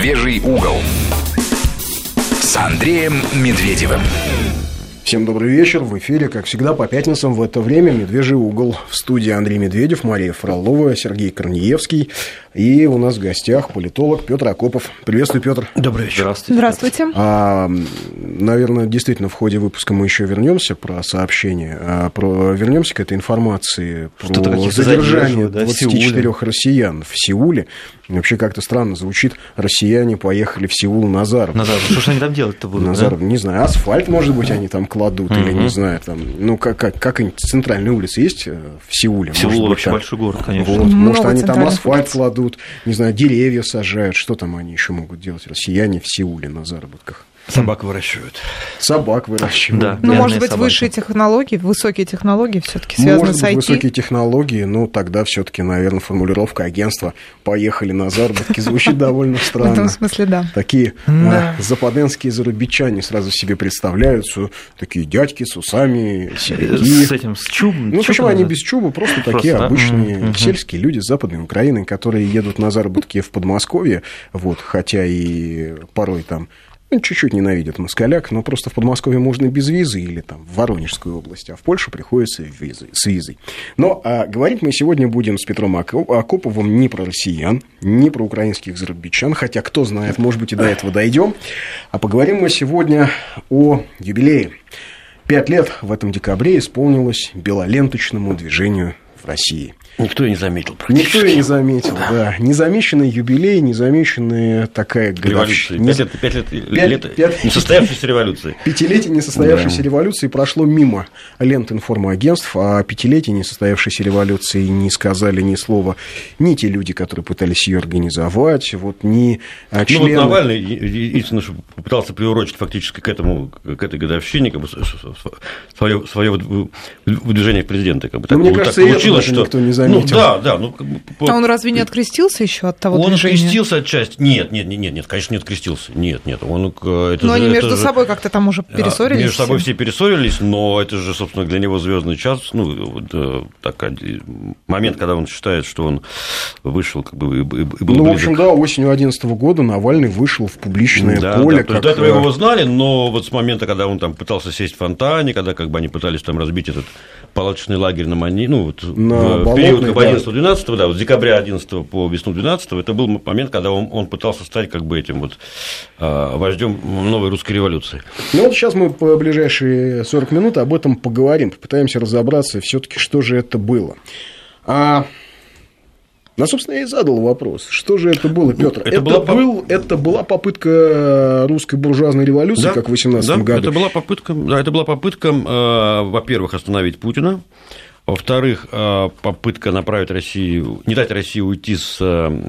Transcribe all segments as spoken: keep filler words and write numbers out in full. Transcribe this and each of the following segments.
«Медвежий угол» с Андреем Медведевым. Всем добрый вечер. В эфире, как всегда, по пятницам в это время «Медвежий угол». В студии Андрей Медведев, Мария Фролова, Сергей Корнеевский. И у нас в гостях политолог Петр Акопов. Приветствую, Петр. Добрый вечер. Здравствуйте. Здравствуйте. А, наверное, действительно, в ходе выпуска мы еще вернемся про сообщение. А, про, вернемся к этой информации про задержание да, двадцати четырёх россиян в Сеуле. Вообще как-то странно звучит. Россияне поехали в Сеул на заработки. На заработки. Что же они там делать-то будут? На да? заработки. Не знаю, асфальт, может быть, они там кладут, mm-hmm. или не знаю, там, ну, как, как, какая-нибудь центральная улица есть в Сеуле? Сеул может вообще быть, большой город, конечно. Вот. Может, они там асфальт кладут, не знаю, деревья сажают. Что там они еще могут делать, россияне в Сеуле на заработках? Собак выращивают. Собак выращивают. Да, ну, может быть, собаки. Высшие технологии, высокие технологии все-таки связаны может с быть, ай ти. Высокие технологии, но тогда все-таки, наверное, формулировка агентства «поехали на заработки» звучит довольно странно. В этом смысле, да. Такие западенские зарубичане сразу себе представляются, такие дядьки с усами, сибиряки. С этим, с чубом. Ну, почему они без чуба? Просто такие обычные сельские люди с Западной Украины, которые едут на заработки в Подмосковье, вот, хотя и порой там ну, чуть-чуть ненавидят москаляк, но просто в Подмосковье можно без визы или там в Воронежскую область, а в Польшу приходится визы, с визой. Но а, говорить мы сегодня будем с Петром Акоповым не про россиян, не про украинских зарубичан, хотя, кто знает, может быть, и до этого дойдем. А поговорим мы сегодня о юбилее. Пять лет в этом декабре исполнилось белоленточному движению в России. Никто и не заметил практически. Никто и не заметил, да. да. Незамеченный юбилей, незамеченная такая годовщина. Пять лет, пять лет, пять, лет пять, несостоявшейся революции. Пятилетие несостоявшейся да. революции прошло мимо лент информагентств, а пятилетие несостоявшейся революции не сказали ни слова ни те люди, которые пытались ее организовать, вот, ни члены... Ну, вот Навальный, единственное, что попытался приурочить фактически к этому, к этой годовщине, как бы, свое, свое выдвижение в президенты. Как бы, так, мне вот, кажется, так получилось, что... никто не заметил. Ну, да, да. Ну, по... А он разве не открестился еще от того он движения? Он открестился отчасти. Нет, нет, нет, нет, конечно, не открестился. Нет, нет. Он, это но же, они между это собой же... как-то там уже перессорились. Между собой все перессорились, но это же, собственно, для него звездный час. Ну, вот, так, момент, когда он считает, что он вышел, как бы, и был Ну, близок. в общем, да, осенью две тысячи одиннадцатого года Навальный вышел в публичное да, поле. Да, как... до этого его знали, но вот с момента, когда он там пытался сесть в фонтане, когда как бы они пытались там разбить этот палаточный лагерь на Мани, ну, вот на в период как бы да. одиннадцатого-двенадцатого, да, вот с декабря одиннадцатого по весну двенадцатого, это был момент, когда он, он пытался стать как бы этим вот вождем новой русской революции. Ну, вот сейчас мы по ближайшие сорок минут об этом поговорим, попытаемся разобраться все-таки, что же это было. А... Ну, собственно, я и задал вопрос. Что же это было, Петр? Это, это, была... Был, это была попытка русской буржуазной революции, да, как в восемнадцатом да, году? Это была попытка, да, это была попытка, э, во-первых, остановить Путина. Во-вторых, попытка направить Россию, не дать России уйти с,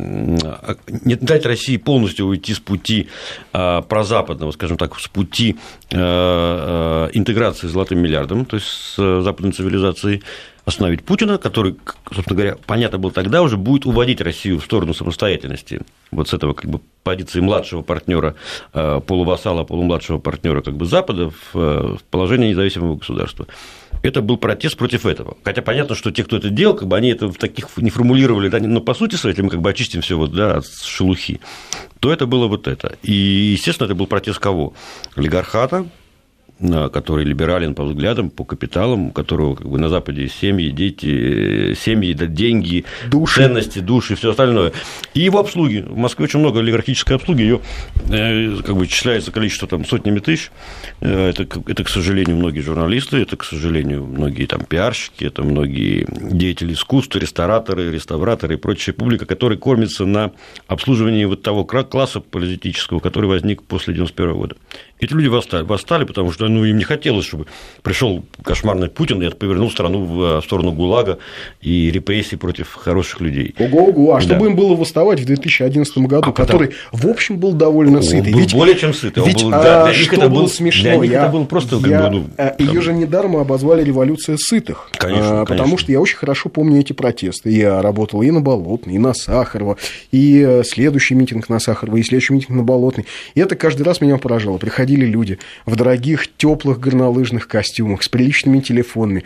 не дать России полностью уйти с пути прозападного, скажем так, с пути интеграции с золотым миллиардом, то есть с западной цивилизацией, остановить Путина, который, собственно говоря, понятно было тогда уже, будет уводить Россию в сторону самостоятельности, вот с этого как бы позиции младшего партнера, полувассала, полумладшего партнера как бы Запада в положение независимого государства. Это был протест против этого. Хотя понятно, что те, кто это делал, как бы они это в таких не формулировали, да, но по сути своей, если мы как бы очистим все вот, да, от шелухи, то это было вот это. И, естественно, это был протест кого? Олигархата, который либерален по взглядам, по капиталам, у которого как бы на Западе семьи, дети, семьи, деньги, души. Ценности, души и все остальное. И его обслуги. В Москве очень много олигархической обслуги, ее как бы исчисляется количество там, сотнями тысяч. Это, это, к сожалению, многие журналисты, это, к сожалению, многие там пиарщики, это многие деятели искусства, рестораторы, реставраторы и прочая публика, которые кормятся на обслуживании вот того класса политического, который возник после девяносто первого года. Эти люди восстали, восстали, потому что ну, им не хотелось, чтобы пришел кошмарный Путин и повернул страну в сторону ГУЛАГа и репрессий против хороших людей. Ого-ого, а да. Чтобы им было восставать в две тысячи одиннадцатом году, а который, потому... в общем, был довольно сытый. Он был ведь, более чем сытый. Ведь, был, а, да, для что них это было был, смешно, для них я, это был просто... Я, как бы, ну, там... Ее же недаром обозвали революция сытых. Конечно, а, потому конечно. что я очень хорошо помню эти протесты. Я работал и на Болотной, и на Сахарова, и следующий митинг на Сахарова, и следующий митинг на Болотной. И это каждый раз меня поражало. Приходили люди в дорогих, теплых горнолыжных костюмах, с приличными телефонами.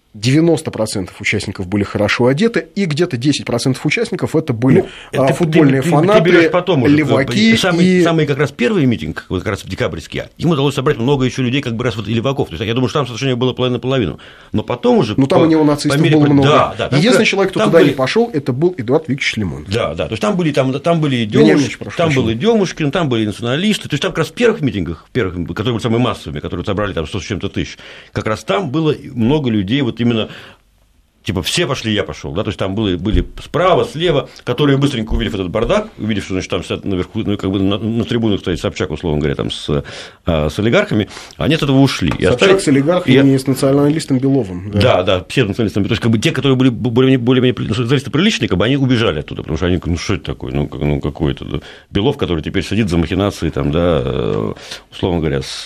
девяносто процентов участников были хорошо одеты, и где-то десять процентов участников это были ну, это футбольные ты, фанаты, ты, ты потом уже, леваки. Самый, и... самый как раз первый митинг, вот как раз декабрьский, ему удалось собрать много еще людей, как бы раз вот и леваков. То есть я думаю, что там соотношение было половина на половину. Но потом уже... Ну, там по, у него нацистов мере, было много. Да, да, единственный человек, кто туда были... не пошел, это был Эдуард Викторович Лимон. Да, да. То есть там были, там, там были и Демушкин, там был и Демушкин, там были и националисты. То есть там как раз в первых митингах, первых, которые были самыми массовыми, которые собрали там сто с чем-то тысяч, как раз там было много людей, вот именно. Типа все пошли, я пошел, да, то есть там были, были справа, слева, которые быстренько увидев этот бардак, увидев, что значит, там сидят наверху, ну, как бы на, на трибунах стоит Собчак, условно говоря, там с, с олигархами, они от этого ушли. И Собчак остались... с олигархами и с националистом Беловым. Да, да, да псевдонационалистом. То есть как бы те, которые были более-менее, более-менее националисты приличные, как бы они убежали оттуда, потому что они, ну что это такое, ну, как, ну какой это да? Белов, который теперь сидит за махинацией, там, да, условно говоря, с,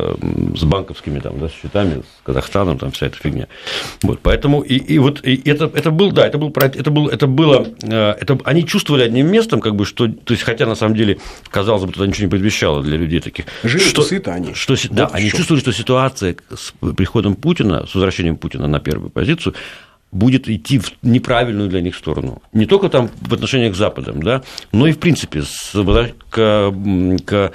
с банковскими там, да, счетами, с Казахстаном, там вся эта фигня. Вот, поэтому и, и вот и это, это был, да, это, был, это, был, это было, это, они чувствовали одним местом, как бы, что, то есть, хотя на самом деле, казалось бы, туда ничего не предвещало для людей таких. Жили что, сыты они. Что, вот да, они чувствовали, что ситуация с приходом Путина, с возвращением Путина на первую позицию, будет идти в неправильную для них сторону. Не только там в отношениях с Западом, да, но и, в принципе, с, к, к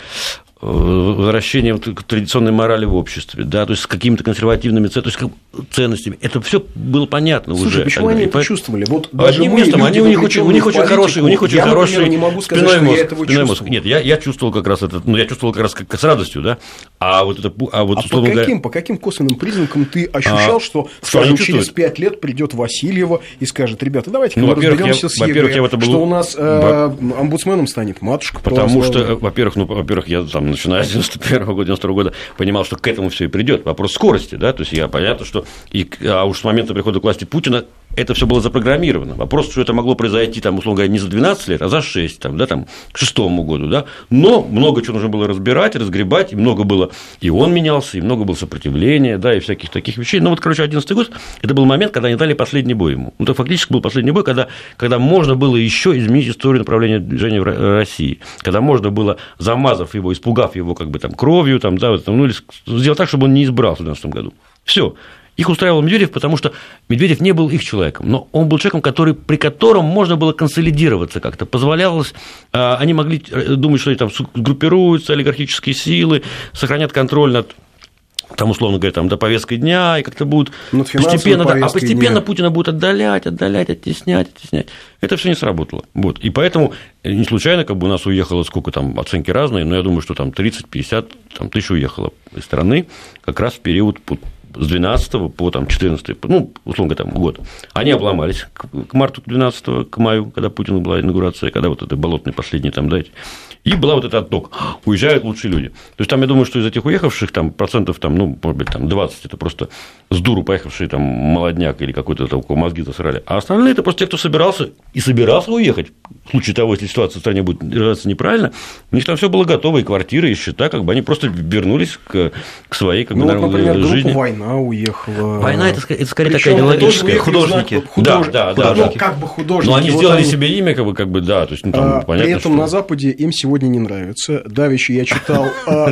возвращением к традиционной морали в обществе, да, то есть с какими-то консервативными то есть, ценностями. Это все было понятно. Слушай, уже. Почему они это по... чувствовали? Вот одним местом они у них очень, у них очень хороший, у них очень я, хороший например, не могу сказать, спиной мозг. Я этого спиной мозг. Нет, я, я чувствовал как раз это, ну, я чувствовал как раз как с радостью, да. А вот это, а вот а по каким, говоря... по каким косвенным признакам ты ощущал, а, что, скажем, через пять лет придет Васильева и скажет: ребята, давайте ну, мы разберемся с ЕГЭ, был... что у нас э, омбудсменом станет матушка. Потому что, во-первых, ну, во-первых, я там начиная с девяносто первого года, девяносто второго года понимал, что к этому все и придет. Вопрос скорости, да, то есть я понятно, что и, а уж с момента прихода к власти Путина это все было запрограммировано. Вопрос, что это могло произойти, там, условно говоря, не за двенадцать лет, а за шесть, там, да, там, к шестому году, да. Но много чего нужно было разбирать, разгребать, и много было, и он менялся, и много было сопротивления, да, и всяких таких вещей. Но вот, короче, одиннадцатый год это был момент, когда они дали последний бой ему. Ну, это фактически был последний бой, когда, когда можно было еще изменить историю направления движения в России, когда можно было, замазав его, испугав его как бы там кровью, там, да, вот, ну, или сделать так, чтобы он не избрался в двенадцатом году. Все. Их устраивал Медведев, потому что Медведев не был их человеком, но он был человеком, который, при котором можно было консолидироваться как-то, позволялось, они могли думать, что они там группируются, олигархические силы, сохранят контроль над, там, условно говоря, там, до повестки дня, и как-то будут постепенно, да, а постепенно дня. Путина будут отдалять, отдалять, оттеснять, оттеснять. Это все не сработало. Вот. И поэтому не случайно как бы у нас уехало, сколько там, оценки разные, но я думаю, что там тридцать-пятьдесят тысяч уехало из страны как раз в период с двенадцатого по там, четырнадцатый, ну, условно говоря, там, год. Они обломались к марту двенадцатого, к маю, когда Путина была инаугурация, когда вот это болотный последний там, да, и была вот этот отток. Уезжают лучшие люди. То есть там, я думаю, что из этих уехавших там, процентов, там, ну, может быть, там, двадцать это просто с дуру поехавшие там, молодняк или какой-то там, у кого мозги засрали. А остальные это просто те, кто собирался и собирался уехать. В случае того, если ситуация в стране будет развиваться неправильно, у них там все было готово, и квартиры, и счета, как бы они просто вернулись к, к своей как бы, ну, вот, например, жизни. «Война» уехала. «Война» это, это скорее такая идеологическая. Художники. Худож... Да, да, художники. да. Ну, как бы художники. Но они вот сделали они... себе имя, как бы, как бы да. То есть, ну, там, а, понятно, при этом что... на Западе им сегодня не нравится. Давеча я читал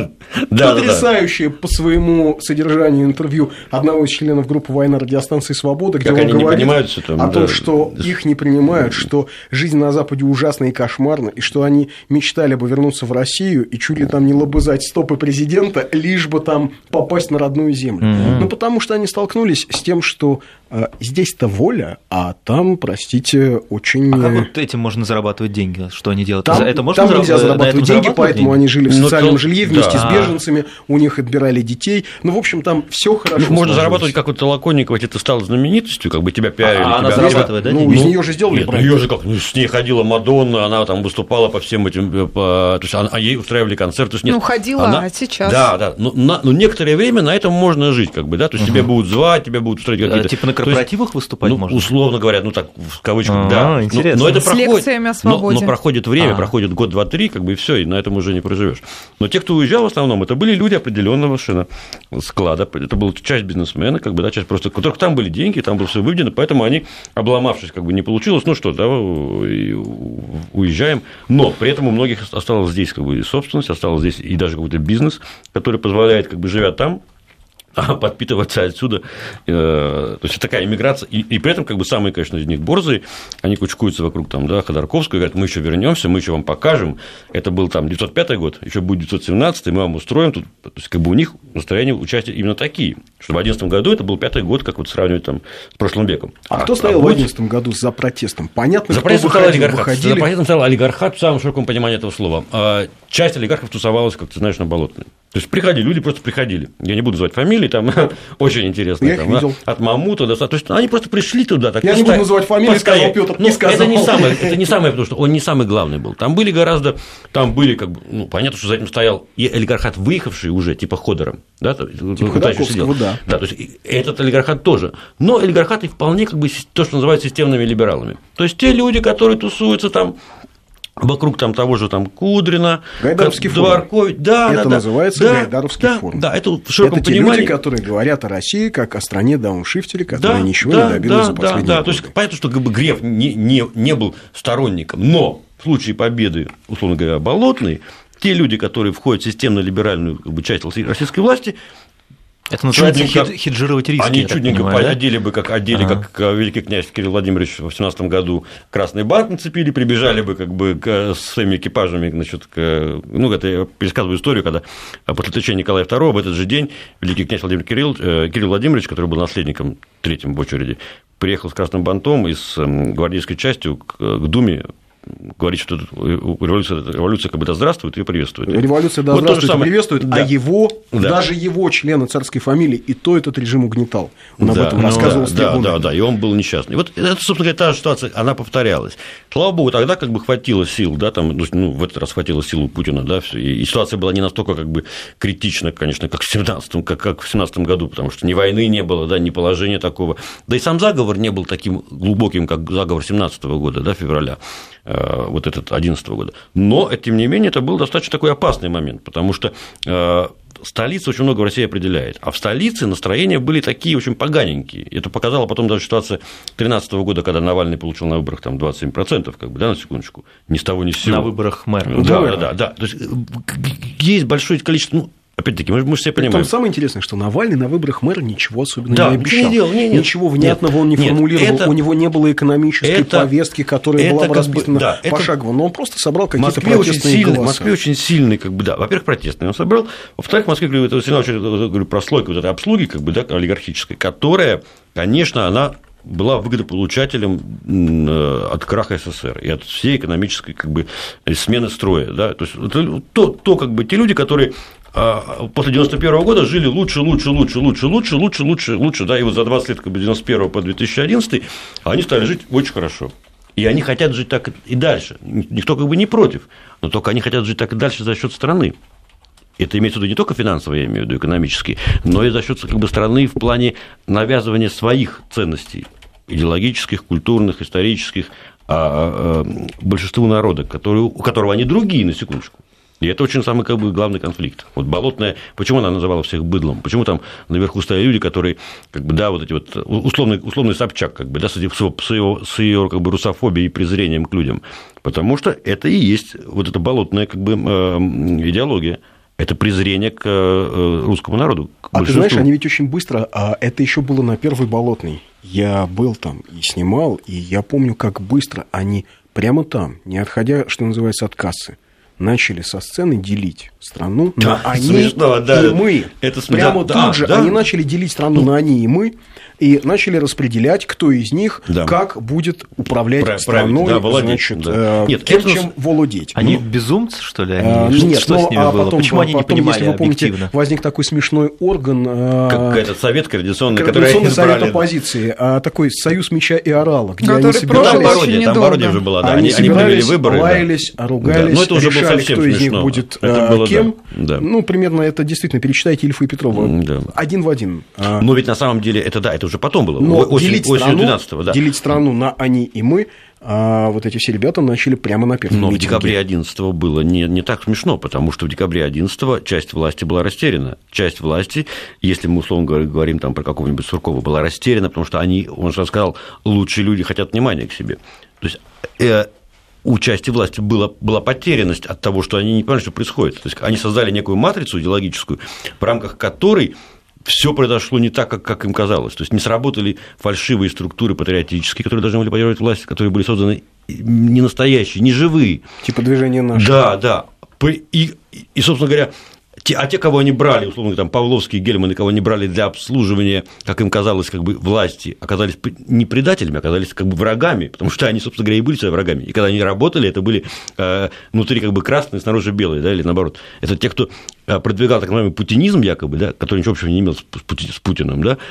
потрясающее по своему содержанию интервью одного из членов группы «Война» радиостанции «Свобода», где он говорит о том, что их не принимают, что жизнь на Западе ужасна и кошмарна, и что они мечтали бы вернуться в Россию и чуть ли там не лобызать стопы президента, лишь бы там попасть на родную землю. Mm-hmm. Ну, потому что они столкнулись с тем, что э, здесь-то воля, а там, простите, очень... А как вот этим можно зарабатывать деньги? Что они делают? Там, это можно там нельзя зарабатывать деньги, поэтому деньги? они жили в социальном ну, жилье вместе да. с беженцами, у них отбирали детей. Ну, в общем, там все хорошо. Ну, можно зарабатывать, как вот Толоконникова, это стало знаменитостью, как бы тебя пиарили. А тебя она зарабатывает, да? Ну, деньги? из нее же сделали Нет, ну, ее же как, ну, с ней ходила Мадонна, она там выступала по всем этим, по, то есть она, ей устраивали концерты. Ну, ходила, она, а сейчас? Да, да, но, на, но некоторое время на этом можно жить, как бы, да, то есть угу. тебя будут звать, тебя будут устраивать какие-то... А, типа на корпоративах есть, выступать ну, можно? Условно говоря, ну, так, в кавычках, А-а, да. интересно. Но, но это с проходит, лекциями о свободе. Но, но проходит время, А-а. проходит год, два, три, как бы, и все, и на этом уже не проживешь. Но те, кто уезжал в основном, это были люди определенного совершенно склада, это была часть бизнесмена, как бы, да, часть просто, у которых там были деньги, там было все выведено, поэтому они, обломавшись, как бы, не получилось, ну что, да, уезжаем, но при этом у многих осталось здесь, как бы, собственность, осталось здесь и даже какой-то бизнес, который позволяет, как бы, живя там, а подпитываться отсюда. То есть, такая иммиграция. И, и при этом, как бы, самые, конечно, из них борзые, они кучкуются вокруг там, да, Ходорковского, и говорят, мы еще вернемся, мы еще вам покажем. Это был там девятьсот пятый год, еще будет девятьсот семнадцатый, мы вам устроим. Тут, то есть, как бы, у них настроения участия именно такие. Что в одиннадцатом году это был пятый год, как вот сравнивать там с прошлым веком. А, а кто стоял а в одиннадцатом году за протестом? Понятно, за кто протестом выходил, стоял олигархат. выходили... За протестом стоял олигархат в самом широком понимании этого слова. Часть олигархов тусовалась, как ты знаешь, на Болотной. То есть, приходили, люди просто приходили. Я не буду называть фамилии, там очень интересно. Я там, их видел. От Мамута до... То есть, они просто пришли туда. Так я не буду называть фамилии, сказал Петр, ну, не сказал. Это не, самое, это не самое, потому что он не самый главный был. Там были гораздо... Там были, как бы, ну, понятно, что за этим стоял и олигархат, выехавший уже, типа Ходором. Да, типа Ходорковского, да. Да, то есть, этот олигархат тоже. Но олигархаты вполне, как бы, то, что называют системными либералами. То есть, те люди, которые тусуются там вокруг там того же там Кудрина, Гайдаровский Дворкович, да, это да, называется да, Гайдаровский да, форум. Да, это в широком это те понимании. люди, которые говорят о России как о стране дауншифтере, которая да, ничего да, не добилась да, за последние да, да. годы. То есть, понятно, что как бы Греф не, не, не был сторонником, но в случае победы, условно говоря, Болотной, те люди, которые входят в системно-либеральную, как бы, часть российской власти, это называется чудненько, хеджировать риски. Они чудненько понимаю, одели бы, как одели, ага. как великий князь Кирилл Владимирович в семнадцатом году Красный бант нацепили, прибежали бы, как бы, к, с своими экипажами, значит, к, ну, это я пересказываю историю, когда после отлучения Николая второго в этот же день великий князь Владимир Кирилл, Кирилл Владимирович, который был наследником третьим в очереди, приехал с Красным бантом и с гвардейской частью к, к Думе говорить, что революция, революция как бы да здравствует и приветствует. Революция да вот здравствует и приветствует, да. а его, да. даже его члены царской фамилии, и то этот режим угнетал. Он да, об этом ну, рассказывал с да, трибуны. да, да, и он был несчастный. Вот это, собственно говоря, та же ситуация, она повторялась. Слава богу, тогда как бы хватило сил, да, там, ну, в этот раз хватило сил у Путина, да, и ситуация была не настолько как бы критична, конечно, как в семнадцатом, как, как в семнадцатом году, потому что ни войны не было, да, ни положения такого. Да и сам заговор не был таким глубоким, как заговор семнадцатого года, да, февраля. Вот этот одиннадцатого года. Но, тем не менее, это был достаточно такой опасный момент, потому что столица очень много в России определяет, а в столице настроения были такие очень поганенькие. Это показала потом даже ситуация две тысячи тринадцатого года, когда Навальный получил на выборах там двадцать семь процентов, как бы, да, на секундочку, ни с того ни с сего. На выборах мэра. Да, да, да, да. То есть, есть большое количество... Ну, опять-таки, мы, мы же все понимаем. Там самое интересное, что Навальный на выборах мэра ничего особенно да, не обещал. Не делал, не, нет, ничего внятного нет, он не нет, формулировал, это, у него не было экономической это, повестки, которая это была бы расписана да, пошагово, но он просто собрал какие-то Москве протестные очень сильный, голоса. В Москве очень сильный, как бы, да, во-первых, протестный он собрал, во-вторых, в Москве, говорю, это сильно очень, говорю, прослойка вот этой обслуги, как бы, да, олигархической, которая, конечно, она была выгодополучателем от краха СССР и от всей экономической, как бы, смены строя, да, то есть то, то, как бы, те люди, которые после девяносто первого года жили лучше, лучше, лучше, лучше, лучше, лучше, лучше, лучше, да, и вот за двадцать лет, как бы, девяносто первого по две тысячи одиннадцатый они стали жить очень хорошо. И они хотят жить так и дальше. Никто как бы не против, но только они хотят жить так и дальше за счет страны. Это имеется в виду не только финансово, я имею в виду экономически, но и за счет, как бы, страны в плане навязывания своих ценностей идеологических, культурных, исторических а, а, большинству народа, который, у которого они другие, на секундочку. И это очень самый, как бы, главный конфликт. Вот Болотная, почему она называла всех быдлом? Почему там наверху стояли люди, которые, как бы, да, вот эти вот условный, условный Собчак, как бы, да, с, с ее, с ее, как бы, русофобией и презрением к людям. Потому что это и есть вот эта болотная, как бы, идеология. Это презрение к русскому народу. К а ты знаешь, они ведь очень быстро, а это еще было на первой Болотной. Я был там и снимал, и я помню, как быстро они прямо там, не отходя, что называется, от кассы, начали со сцены делить страну да, на они смешно, да, и мы. Это Прямо да, тут же да. они начали делить страну на они и мы, и начали распределять, кто из них да. как будет управлять Прав, страной, да, владеть, значит, да. Нет, тем, чем владеть. Они ну, безумцы, что ли? Они, а, что, нет, что но, с ними а было? потом, Почему они потом, не понимали если вы помните, объективно? возник такой смешной орган... Как этот совет координационный, координационный совет оппозиции, такой союз меча и орала, где который они собирались... Там Бородия, там Бородия уже была, да. Они, они, они провели выборы. лаялись, да. ругались, да. это уже решали, кто из них будет было, кем. Да. Ну, примерно это действительно, перечитайте Ильфа и Петрова да. один в один. Но ведь на самом деле это, да, это уже потом было, Но осень, делить осенью страну, двенадцатого, да. делить страну на они и мы, а вот эти все ребята начали прямо на первом Но митинге. в декабре одиннадцатого было не, не так смешно, потому что в декабре одиннадцатого часть власти была растеряна. Часть власти, если мы условно говорим там про какого-нибудь Суркова, была растеряна, потому что они, он же сказал, лучшие люди хотят внимания к себе. То есть э, у части власти была, была потерянность от того, что они не понимали, что происходит. То есть они создали некую матрицу идеологическую, в рамках которой все произошло не так, как, как им казалось. То есть не сработали фальшивые структуры патриотические, которые должны были поддерживать власть, которые были созданы не настоящие, не живые. Типа движения наших. Да, да. И, и собственно говоря, те, а те, кого они брали, условно, там, Павловский, Гельман, и кого они брали для обслуживания, как им казалось, как бы власти, оказались не предателями, оказались как бы врагами, потому что они, собственно говоря, и были своими врагами. И когда они работали, это были э, внутри как бы красные, снаружи белые, да, или наоборот. Это те, кто продвигал так называемый путинизм, якобы, да, который ничего общего не имел с, с Путиным, да,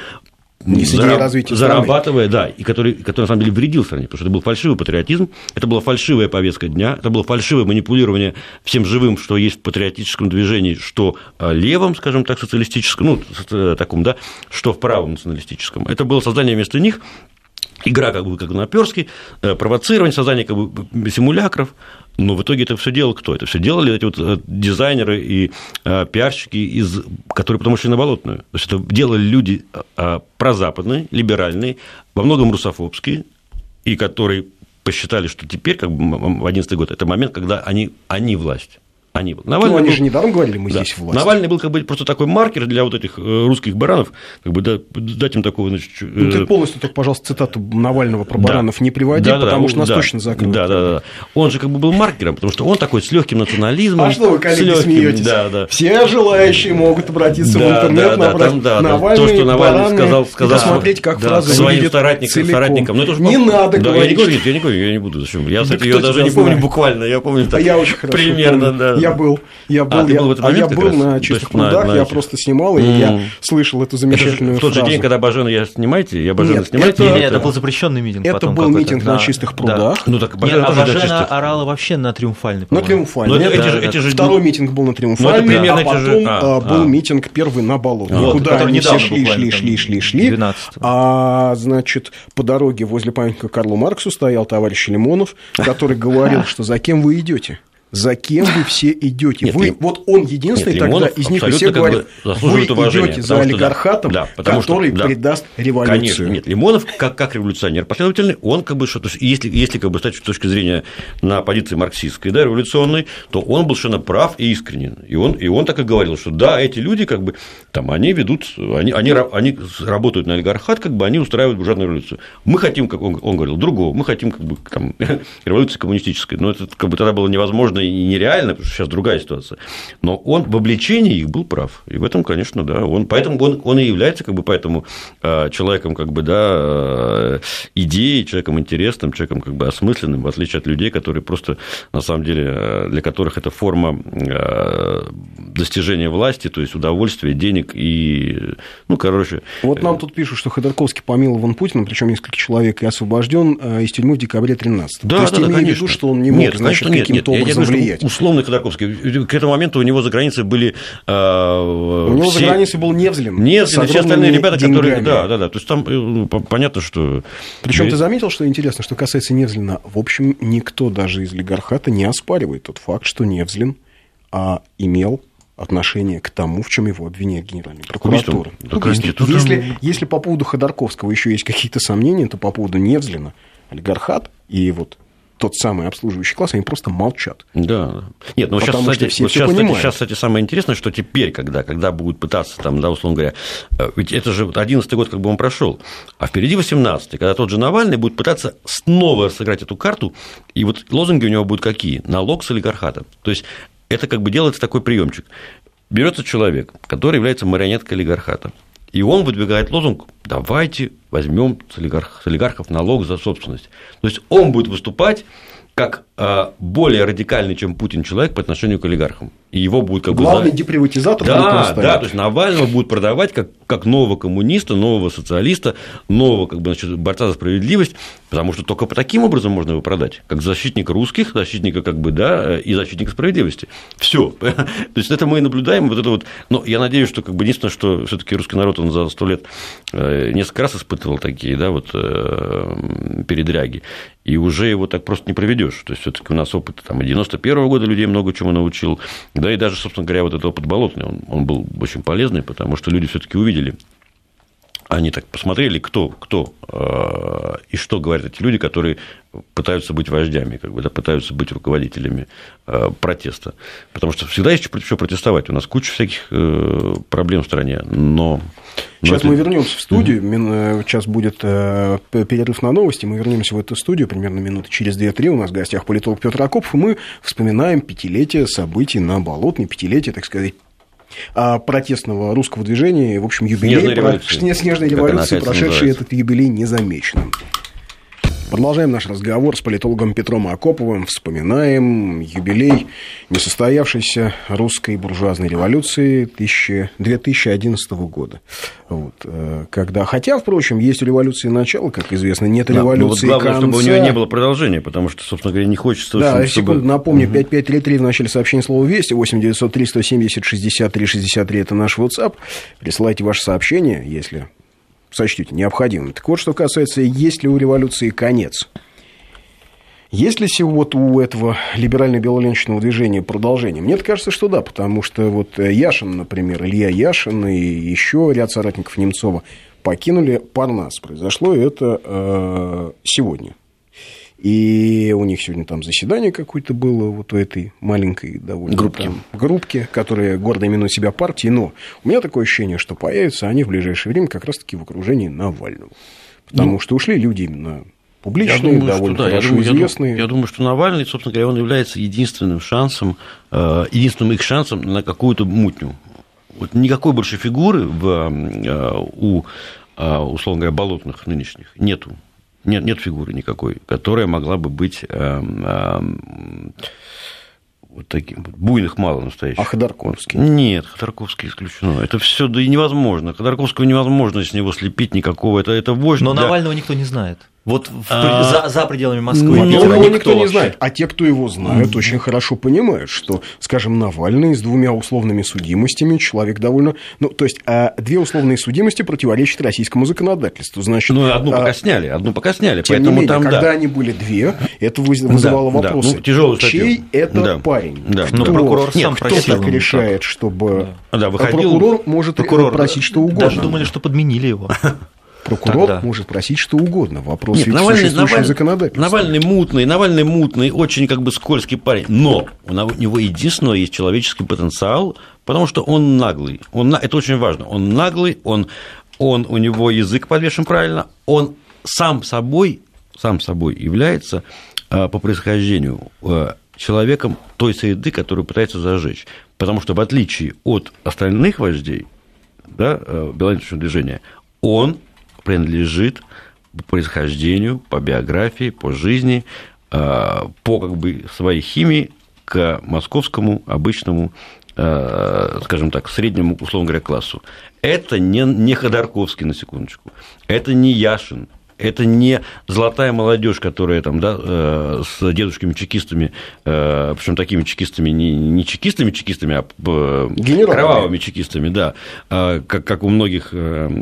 Зараб... зарабатывая, да, и который, который на самом деле вредил стране, потому что это был фальшивый патриотизм, это была фальшивая повестка дня, это было фальшивое манипулирование всем живым, что есть в патриотическом движении, что левом, скажем так, социалистическом, ну, таком, да, что в правом националистическом. Это было создание вместо них, игра как бы как наперстки, провоцирование, создание как бы симулякров. Но в итоге это все делал кто? Это все делали эти вот дизайнеры и пиарщики, из, которые потом ушли на Болотную. То есть это делали люди прозападные, либеральные, во многом русофобские, и которые посчитали, что теперь, как бы в две тысячи одиннадцатый год, это момент, когда они, они власть. Они, ну, они был... же недаром говорили, мы да. здесь власть. Навальный был как бы просто такой маркер для вот этих русских баранов, как бы дать им такого, значит... Ну, ты полностью, только, пожалуйста, цитату Навального про баранов да. не приводи, да, потому да, что нас да. точно закроют. Да, да, да. Он же как бы был маркером, потому что он такой с легким национализмом. А что вы, коллеги, смеетесь? Да, да. Все желающие могут обратиться да, в интернет, да, набрать там, да, Навальный, то, что Навальный сказал, сказал, и посмотреть, как да, фраза своим выглядит соратникам, соратникам. Но это же не пом... надо да, говорить. Я не говорю, я не говорю, я не буду. Зачем? Я, да ее даже не помню буквально, я помню так. Я очень хорошо примерно, да. Я был, я был, я был, а я был на чистых прудах, я просто снимал, и я слышал эту замечательную фразу. В тот же день, когда Бажена я снимаете, я Бажена снимаете? Нет, это был запрещенный митинг. Это был митинг на чистых прудах. Ну так Бажена орала вообще на Триумфальной. На Триумфальной. Второй митинг был на Триумфальной, а потом был митинг первый на Болотной, куда они все шли, шли, шли, шли, шли. А значит, по дороге возле памятника Карлу Марксу стоял товарищ Лимонов, который говорил, что за кем вы идете? За кем вы все идете? Нет, вы, вот он единственный нет, тогда из них все говорят, вы идете за олигархатом, да, да, который что, придаст да, революцию. Конечно, нет, Лимонов как, как революционер последовательный, он как бы, что, то есть, если, если как бы стать с точки зрения на позиции марксистской, да, революционной, то он был совершенно прав и искренен. И он, и он так и говорил, что да, эти люди как бы, там, они ведут, они, они, они работают на олигархат, как бы они устраивают буржуазную революцию. Мы хотим, как он, он говорил, другого, мы хотим как бы, там, революции коммунистической, но это как бы тогда было невозможно и нереально, потому что сейчас другая ситуация. Но он в обличении их был прав. И в этом, конечно, да. Он, поэтому он, он и является как бы, поэтому, человеком как бы, да, идеей, человеком интересным, человеком как бы, осмысленным, в отличие от людей, которые просто, на самом деле, для которых это форма достижения власти, то есть удовольствия, денег и, ну, короче... Вот нам тут пишут, что Ходорковский помилован Путиным, причем несколько человек, и освобожден из тюрьмы в декабре тринадцатого. Да, то есть, да, имея да, в виду, что он не мог, нет, значит, нет, каким-то нет, образом я, я влиять. Условный Ходорковский. К этому моменту у него за границей были... Э, у него все... за границей был Невзлин. Невзлин, все остальные ребята, деньгами. которые... Да, да, да. То есть, там ну, понятно, что... Причем ты заметил, что интересно, что касается Невзлина, в общем, никто даже из олигархата не оспаривает тот факт, что Невзлин а, имел отношение к тому, в чем его обвиняет Генеральная прокуратура. Если, если по поводу Ходорковского еще есть какие-то сомнения, то по поводу Невзлина олигархат и вот тот самый обслуживающий класс, они просто молчат. Да. Нет, ну сейчас, кстати, все вот все сейчас, кстати, сейчас, кстати, самое интересное, что теперь, когда, когда будут пытаться, там, да, условно говоря, ведь это же одиннадцатый год, как бы он прошел, а впереди восемнадцатый, когда тот же Навальный будет пытаться снова сыграть эту карту, и вот лозунги у него будут какие? Налог с олигархата. То есть это как бы делается такой приемчик. Берется человек, который является марионеткой олигархата, и он выдвигает лозунг: давайте возьмем с, олигарх, с олигархов налог за собственность. То есть он будет выступать как а, более радикальный, чем Путин, человек по отношению к олигархам. И его будет как главный бы... деприватизатор. Да, да, то есть Навального будут продавать как, как нового коммуниста, нового социалиста, нового как бы, значит, борца за справедливость, потому что только по таким образом можно его продать, как защитника русских, защитника как бы, да, и защитника справедливости. Все. То есть это мы и наблюдаем. Вот это вот... Но я надеюсь, что как бы единственное, что все-таки русский народ он за сто лет несколько раз испытывал такие, да, вот передряги, и уже его так просто не проведешь. То есть все-таки у нас опыт там, и девяносто первого года людей много чему научил. Да, и даже, собственно говоря, вот этот опыт Болотный, он, он был очень полезный, потому что люди все-таки увидели, они так посмотрели, кто, кто э, и что говорят эти люди, которые пытаются быть вождями, как бы, да, пытаются быть руководителями э, протеста. Потому что всегда есть что протестовать. У нас куча всяких э, проблем в стране, но... Сейчас это... мы вернемся в студию. Mm-hmm. Сейчас будет э, перерыв на новости. Мы вернемся в эту студию примерно минуты через две-три. У нас в гостях политолог Петр Акопов, и мы вспоминаем пятилетие событий на Болотной, пятилетие, так сказать, протестного русского движения, в общем, юбилей, Снежной революции, Снежной революции прошедший этот юбилей незамеченным. Продолжаем наш разговор с политологом Петром Акоповым. Вспоминаем юбилей несостоявшейся русской буржуазной революции две тысячи одиннадцатого года. Вот, когда, хотя, впрочем, есть у революции начало, как известно, нет да, революции вот главное, конца. Чтобы у нее не было продолжения, потому что, собственно говоря, не хочется... Да, чтобы... секунду, напомню, угу. пять пять три три в начале сообщения слова «Вести», восемь девятьсот три сто семьдесят шестьдесят три шестьдесят три – это наш WhatsApp. Присылайте ваши сообщения, если... сочтите необходимым. Так вот, что касается, есть ли у революции конец. Есть ли вот у этого либерально-белоленчного движения продолжение? Мне кажется, что да, потому что вот Яшин, например, Илья Яшин и еще ряд соратников Немцова покинули Парнас. Произошло это э, сегодня. И у них сегодня там заседание какое-то было вот в этой маленькой довольно группке. Там, группке, которая гордо именует себя партией. Но у меня такое ощущение, что появятся они в ближайшее время как раз-таки в окружении Навального. Потому ну, что ушли люди именно публичные, думаю, довольно что, да, хорошо я думаю, известные. Я думаю, я думаю, что Навальный, собственно говоря, он является единственным шансом, единственным их шансом на какую-то мутню. Вот никакой больше фигуры в, у, условно говоря, болотных нынешних нету. Нет, нет фигуры никакой, которая могла бы быть э, э, вот таким. Буйных мало настоящих. А Ходорковский? Нет, Ходорковский исключено. Это все да и невозможно. Ходорковского невозможно с него слепить никакого. Это, это вождь. Но для... Навального никто не знает. Вот в, а... за, за пределами Москвы. Ну, Питера его никто, никто не вообще. знает. А те, кто его знают, mm-hmm. очень хорошо понимают, что, скажем, Навальный с двумя условными судимостями человек довольно... Ну, то есть, а две условные судимости противоречат российскому законодательству. Значит, ну, одну а... пока сняли, одну пока сняли. Тем поэтому не менее, там, когда да. они были две, это вызывало да, вопросы. Да. Ну, тяжелую статью. Чей это да. парень? Да. Кто, Но прокурор Нет, сам кто просил. так решает, чтобы... Да. Да, выходил... Прокурор может прокурор, просить что угодно. Даже думали, что подменили его. Прокурор Тогда. может просить что угодно. Вопрос Нет, ведь Навальный, существующего Навальный, законодательства. Навальный мутный, Навальный мутный, очень как бы скользкий парень. Но у него единственное есть человеческий потенциал, потому что он наглый. Он, это очень важно. Он наглый, он, он, у него язык подвешен правильно, он сам собой, сам собой является по происхождению человеком той среды, которую пытается зажечь. Потому что в отличие от остальных вождей, да, белоленчного движения, он принадлежит по происхождению, по биографии, по жизни, по как бы своей химии к московскому обычному, скажем так, среднему, условно говоря, классу. Это не, не Ходорковский, на секундочку, это не Яшин, это не золотая молодежь, которая там, да, с дедушками-чекистами, причем такими чекистами, не, не чекистами-чекистами, а Генерал, кровавыми чекистами, да, как, как у многих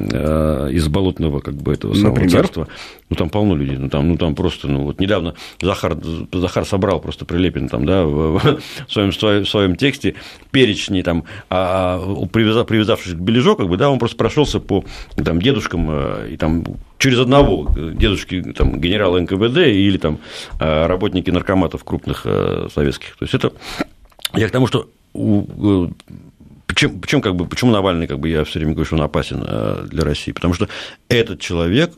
из болотного как бы, этого самого Например? царства. Ну, там полно людей, ну, там, ну, там просто, ну, вот недавно Захар, Захар собрал просто Прилепин там, да, в, в, своем, в своем тексте перечни, там, а, привязав, привязавшись к Бележу, как бы, да, он просто прошелся по там, дедушкам и там через одного дедушки там, генерала эн ка вэ дэ или там работники наркоматов крупных советских. То есть это я к тому, что у, Почему, почему, как бы, почему Навальный, как бы, я все время говорю, что он опасен для России? Потому что этот человек,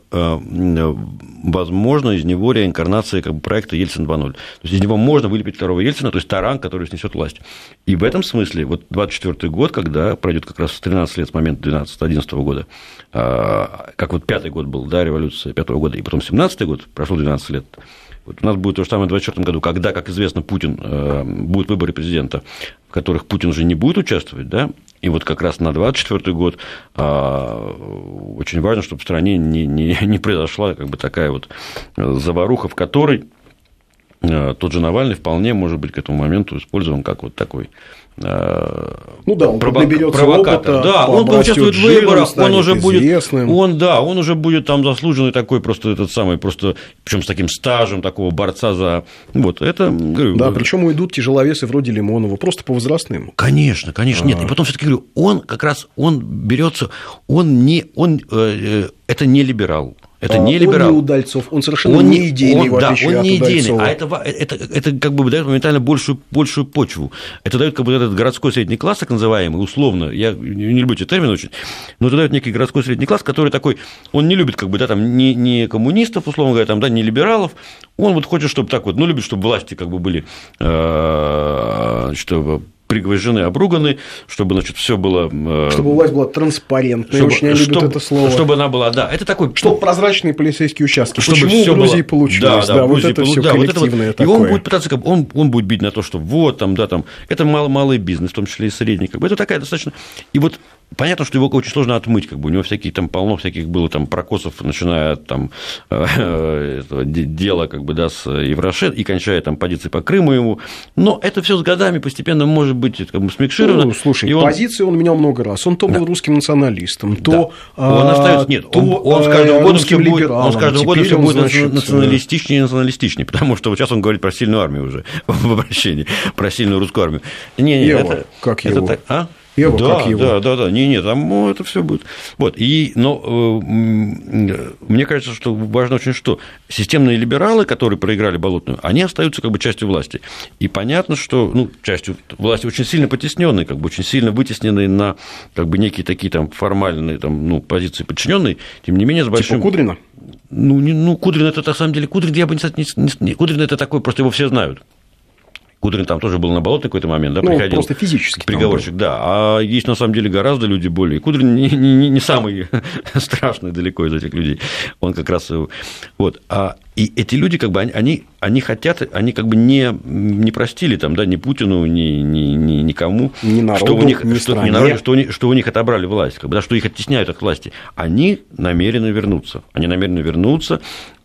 возможно, из него реинкарнация как бы, проекта Ельцин два ноль. То есть из него можно вылепить второго Ельцина, то есть таран, который снесет власть. И в этом смысле вот двадцать четвёртый год, когда пройдет как раз тринадцать лет с момента двенадцатого-одиннадцатого года, как вот пятый год был, да, революция пятого года, и потом семнадцатый год, прошло двенадцать лет. Вот у нас будет то же самое в двадцать четвёртом году, когда, как известно, Путин, э, будут выборы президента, в которых Путин уже не будет участвовать, да, и вот как раз на двадцать четвёртый год э, очень важно, чтобы в стране не, не, не произошла как бы такая вот заваруха, в которой тот же Навальный вполне может быть к этому моменту использован как вот такой... Ну да, он провока- наберется провокатор. опыта, да, он поучаствует в выборах, он уже будет, известным. он да, он уже будет там заслуженный такой просто этот самый просто, причем с таким стажем такого борца за вот это. Говорю, да, причем уйдут тяжеловесы вроде Лимонова просто по возрастным. Конечно, конечно, нет, и потом все-таки говорю, он как раз он берется, он не, он э, это не либерал. Это не либерал. Он не Удальцов, он совершенно он не идейный, он, в да, отличие он не от идейный, Удальцова. а это, это, это как бы дает моментально большую, большую почву. Это дает как бы этот городской средний класс, так называемый, условно, я не люблю эти термины очень, но это дает некий городской средний класс, который такой, он не любит как бы, да, там, не, не коммунистов, условно говоря, там, да, не либералов, он вот хочет, чтобы так вот, ну, любит, чтобы власти как бы были, чтобы пригвождены, обруганы, чтобы, значит, все было... Чтобы власть была транспарентной, чтобы, очень любят чтобы, это слово. Чтобы она была, да, это такой... Чтобы прозрачные полицейские участки. Чтобы Почему всё в Грузии было... получилось? Да, да, да, вот это полу... все да, коллективное вот такое. И он будет пытаться, как... он, он будет бить на то, что вот, там, да, там, это мал, малый бизнес, в том числе и средний, как бы, это такая достаточно... И вот понятно, что его очень сложно отмыть, как бы, у него всякие там полно всяких было там прокосов, начиная от там этого дела, как бы, да, с Евроше и кончая там позицией по Крыму ему, но это все с годами постепенно может быть как бы смикшировано. Ну, слушай, и он... позиции он менял много раз, он то был да. русским националистом, то да. он остается, нет, то он, он с каждым годом все будет, он с каждым годом все он, будет значит... националистичнее и националистичнее, потому что вот сейчас он говорит про сильную армию уже в обращении, про сильную русскую армию. Не, не, Ева, это, как это его? Так, а? Ева, да, как его? да, да, да, не, не, там ну, это все будет. Вот, и, но э, мне кажется, что важно очень, что системные либералы, которые проиграли Болотную, они остаются как бы частью власти. И понятно, что, ну, частью власти очень сильно потесненные, как бы очень сильно вытесненные на как бы некие такие там формальные там, ну, позиции подчиненные, тем не менее с большим... Типа Кудрина? Ну, не, ну, Кудрин это на самом деле, Кудрин, я бы не, не, не Кудрин это такой, просто его все знают. Кудрин там тоже был на Болотной какой-то момент, да, ну, приходил. Просто физически. Приговорщик, да. А есть на самом деле гораздо люди более. Кудрин не, не, не самый страшный далеко из этих людей. Он как раз. Вот. А, и эти люди, как бы, они, они, они хотят, они как бы не, не простили там, да, ни Путину, ни, ни, ни никому, ни народу, что у них, ни что, ни народу, что, у них, что у них отобрали власть, как бы, да, что их оттесняют от власти. Они намерены вернуться. Они намерены вернуться.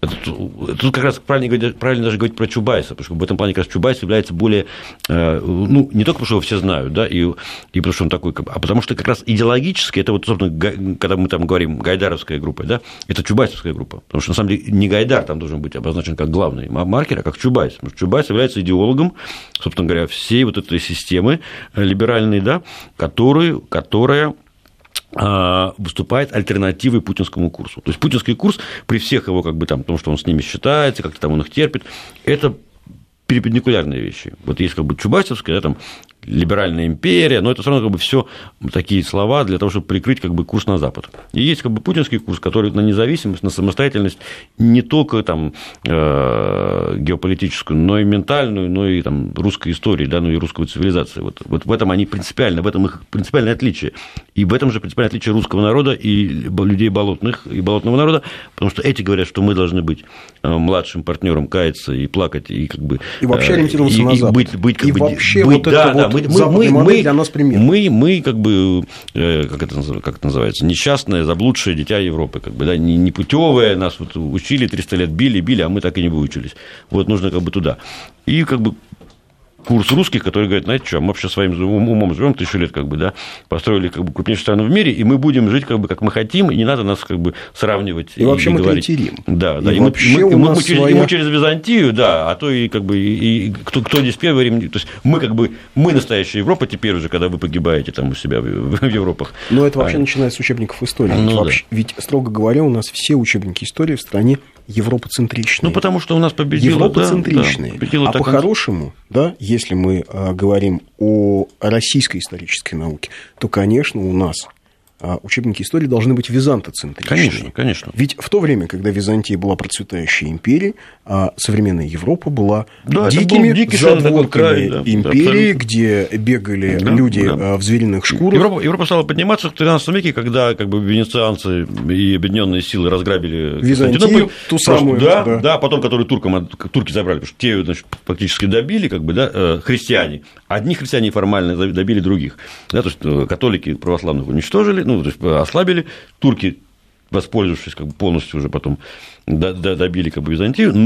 Тут как раз правильно, правильно даже говорить про Чубайса, потому что в этом плане как раз Чубайс является более, ну, не только потому, что его все знают, да, и, и потому что он такой, а потому что как раз идеологически, это вот, собственно, когда мы там говорим гайдаровская группа, да, это чубайсовская группа, потому что, на самом деле, не Гайдар там должен быть обозначен как главный маркер, а как Чубайс, потому что Чубайс является идеологом, собственно говоря, всей вот этой системы либеральной, да, которую, которая выступает альтернативой путинскому курсу. То есть путинский курс при всех его, как бы там, том, что он с ними считается, как-то там он их терпит, это перпендикулярные вещи. Вот есть как бы чубайсовская, да, там либеральная империя, но это все равно как бы все такие слова для того, чтобы прикрыть как бы курс на Запад. И есть как бы путинский курс, который на независимость, на самостоятельность не только там геополитическую, но и ментальную, но и там русской истории, да, ну и русской цивилизации. Вот, вот в этом они принципиально, в этом их принципиальное отличие. И в этом же принципиальное отличие русского народа и людей болотных, и болотного народа, потому что эти говорят, что мы должны быть младшим партнером, каяться и плакать, и как бы... И вообще ориентироваться и, на и Запад. Быть, быть, как и бы, вообще быть, вот да, это да, вот мы, западная мы, модель мы, для нас пример. Мы, мы как бы, как это, как это называется, несчастное, заблудшее дитя Европы, как бы, да, не, не путевое, нас вот учили, триста лет били, били, а мы так и не выучились. Вот нужно как бы туда. И как бы курс русских, который говорит, знаете что, мы вообще своим умом живем тысячу лет, как бы, да, построили как бы крупнейшую страну в мире, и мы будем жить как бы как мы хотим, и не надо нас как бы сравнивать и, и вообще и мы говорить. третирим. Да, да, и, и, вообще мы, у мы, нас мы, через, своя... и мы через Византию, да, а то и как бы и, и кто, кто здесь первый Рим, то есть мы как бы мы настоящая Европа теперь уже, когда вы погибаете там у себя в, в Европах. Но это вообще а... начинается с учебников истории. Ну, ведь, да. вообще, ведь, строго говоря, у нас все учебники истории в стране европоцентричные. Ну, потому что у нас победила... Европоцентричные. Да, победила а так... по-хорошему, да, если мы а, говорим о российской исторической науке, то, конечно, у нас а, учебники истории должны быть византоцентричные. Конечно, конечно. Ведь в то время, когда Византия была процветающей империей, а современная Европа была да, дикими дикий задворками край, да, империи, да, где бегали да, люди да. в звериных шкурах. Европа, Европа стала подниматься в тринадцатом веке, когда как бы венецианцы и объединенные силы разграбили Византию, ту самую. Да, да. да, потом, которую туркам, турки забрали, потому что те, значит, практически добили, как бы, да, христиане. Одни христиане формально добили других. Да, то есть католики православных уничтожили, ну, то есть ослабили, турки, воспользовавшись как бы полностью уже потом добили как бы Византию, но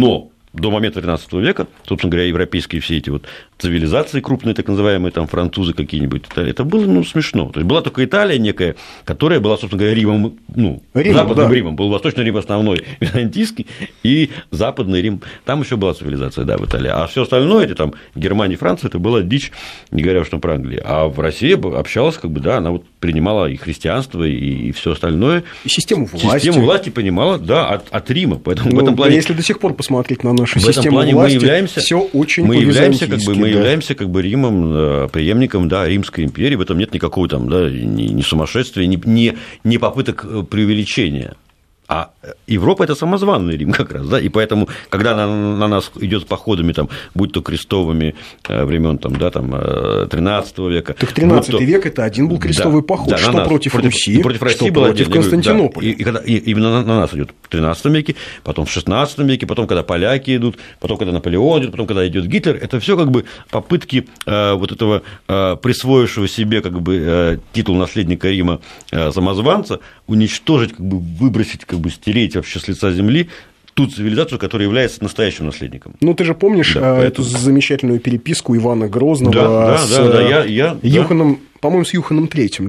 до момента тринадцатого века, собственно говоря, европейские все эти вот цивилизации крупные, так называемые, там, французы какие-нибудь, это было, ну, смешно. То есть была только Италия некая, которая была, собственно говоря, Римом, ну, Римом, западным да. Римом. Был Восточный Рим основной, византийский, и Западный Рим. Там еще была цивилизация, да, в Италии. А все остальное, это там Германия, Франция, это была дичь, не говоря уж там про Англию. А в России общалась, как бы, да, она вот принимала и христианство, и, и все остальное. И систему власти. Систему власти принимала, да, от, от Рима. Поэтому Ну, в этом плане... Если до сих пор посмотреть на нашу В этом систему плане власти, мы являемся, все очень мы являемся, как бы, по-византийски, мы да. являемся как бы Римом, преемником, да, Римской империи. В этом нет никакого там, да, ни, ни сумасшествия, ни, ни, ни попыток преувеличения. А Европа – это самозванный Рим как раз, да, и поэтому, когда она на нас идет походами, там, будь то крестовыми времен там, да, там, тринадцатого века. Так тринадцатый то... век – это один был крестовый да, поход, да, что нас, против, против Руси, против России что был против отдельный, Константинополя. Да, и, и когда и, именно на, на нас идет в тринадцатом веке, потом в шестнадцатом веке, потом, когда поляки идут, потом, когда Наполеон идет, потом, когда идет Гитлер, это все как бы попытки э, вот этого э, присвоившего себе как бы э, титул наследника Рима э, самозванца уничтожить, как бы выбросить, как бы стереть вообще с лица земли ту цивилизацию, которая является настоящим наследником. Ну, ты же помнишь да, а, эту замечательную переписку Ивана Грозного да, с да, да, я, я, Юханом, да. по-моему, с Юханом Третьим,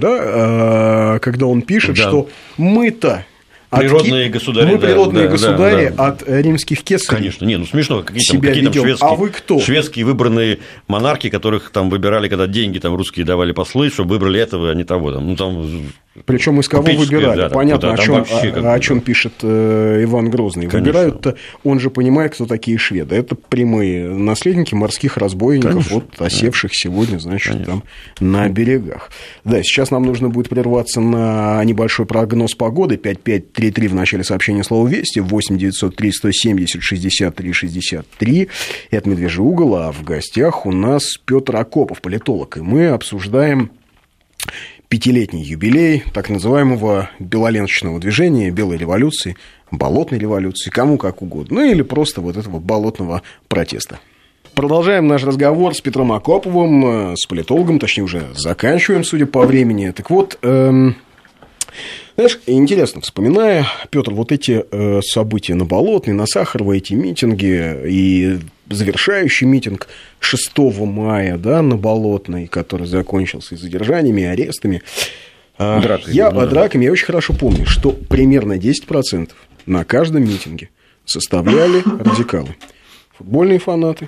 да, когда он пишет, да. что мы-то Природные от... государи. Мы природные да, государи да, да. от римских кесарей. Конечно, не, ну смешно, какие там, Себя какие там ведём. шведские, А вы кто? шведские выбранные монархи, которых там выбирали, когда деньги там русские давали послы, чтобы выбрали этого, а не того. Там, ну, там... Причем из кого выбирали? Да, Понятно, да, о, там чем, вообще, о, как о бы, чем да. пишет э, Иван Грозный. Конечно. Выбирают-то, он же понимает, кто такие шведы. Это прямые наследники морских разбойников, Конечно. вот, осевших сегодня, значит, Конечно. там на берегах. Да, сейчас нам нужно будет прерваться на небольшой прогноз погоды. пять пять три три в начале сообщения слова «Вести», восемь девятьсот три сто семьдесят шестьдесят три шестьдесят три. Это «Медвежий угол», а в гостях у нас Петр Акопов, политолог. И мы обсуждаем пятилетний юбилей так называемого белоленточного движения, белой революции, болотной революции, кому как угодно, ну или просто вот этого болотного протеста. Продолжаем наш разговор с Петром Акоповым, с политологом, точнее уже заканчиваем, судя по времени. Так вот, эм, знаешь, интересно, вспоминая, Петр, вот эти э, события на Болотной, на Сахарово, эти митинги и завершающий митинг шестого мая, да, на Болотной, который закончился задержаниями, арестами, Драками, я, да. драками, я очень хорошо помню, что примерно десять процентов на каждом митинге составляли радикалы. Футбольные фанаты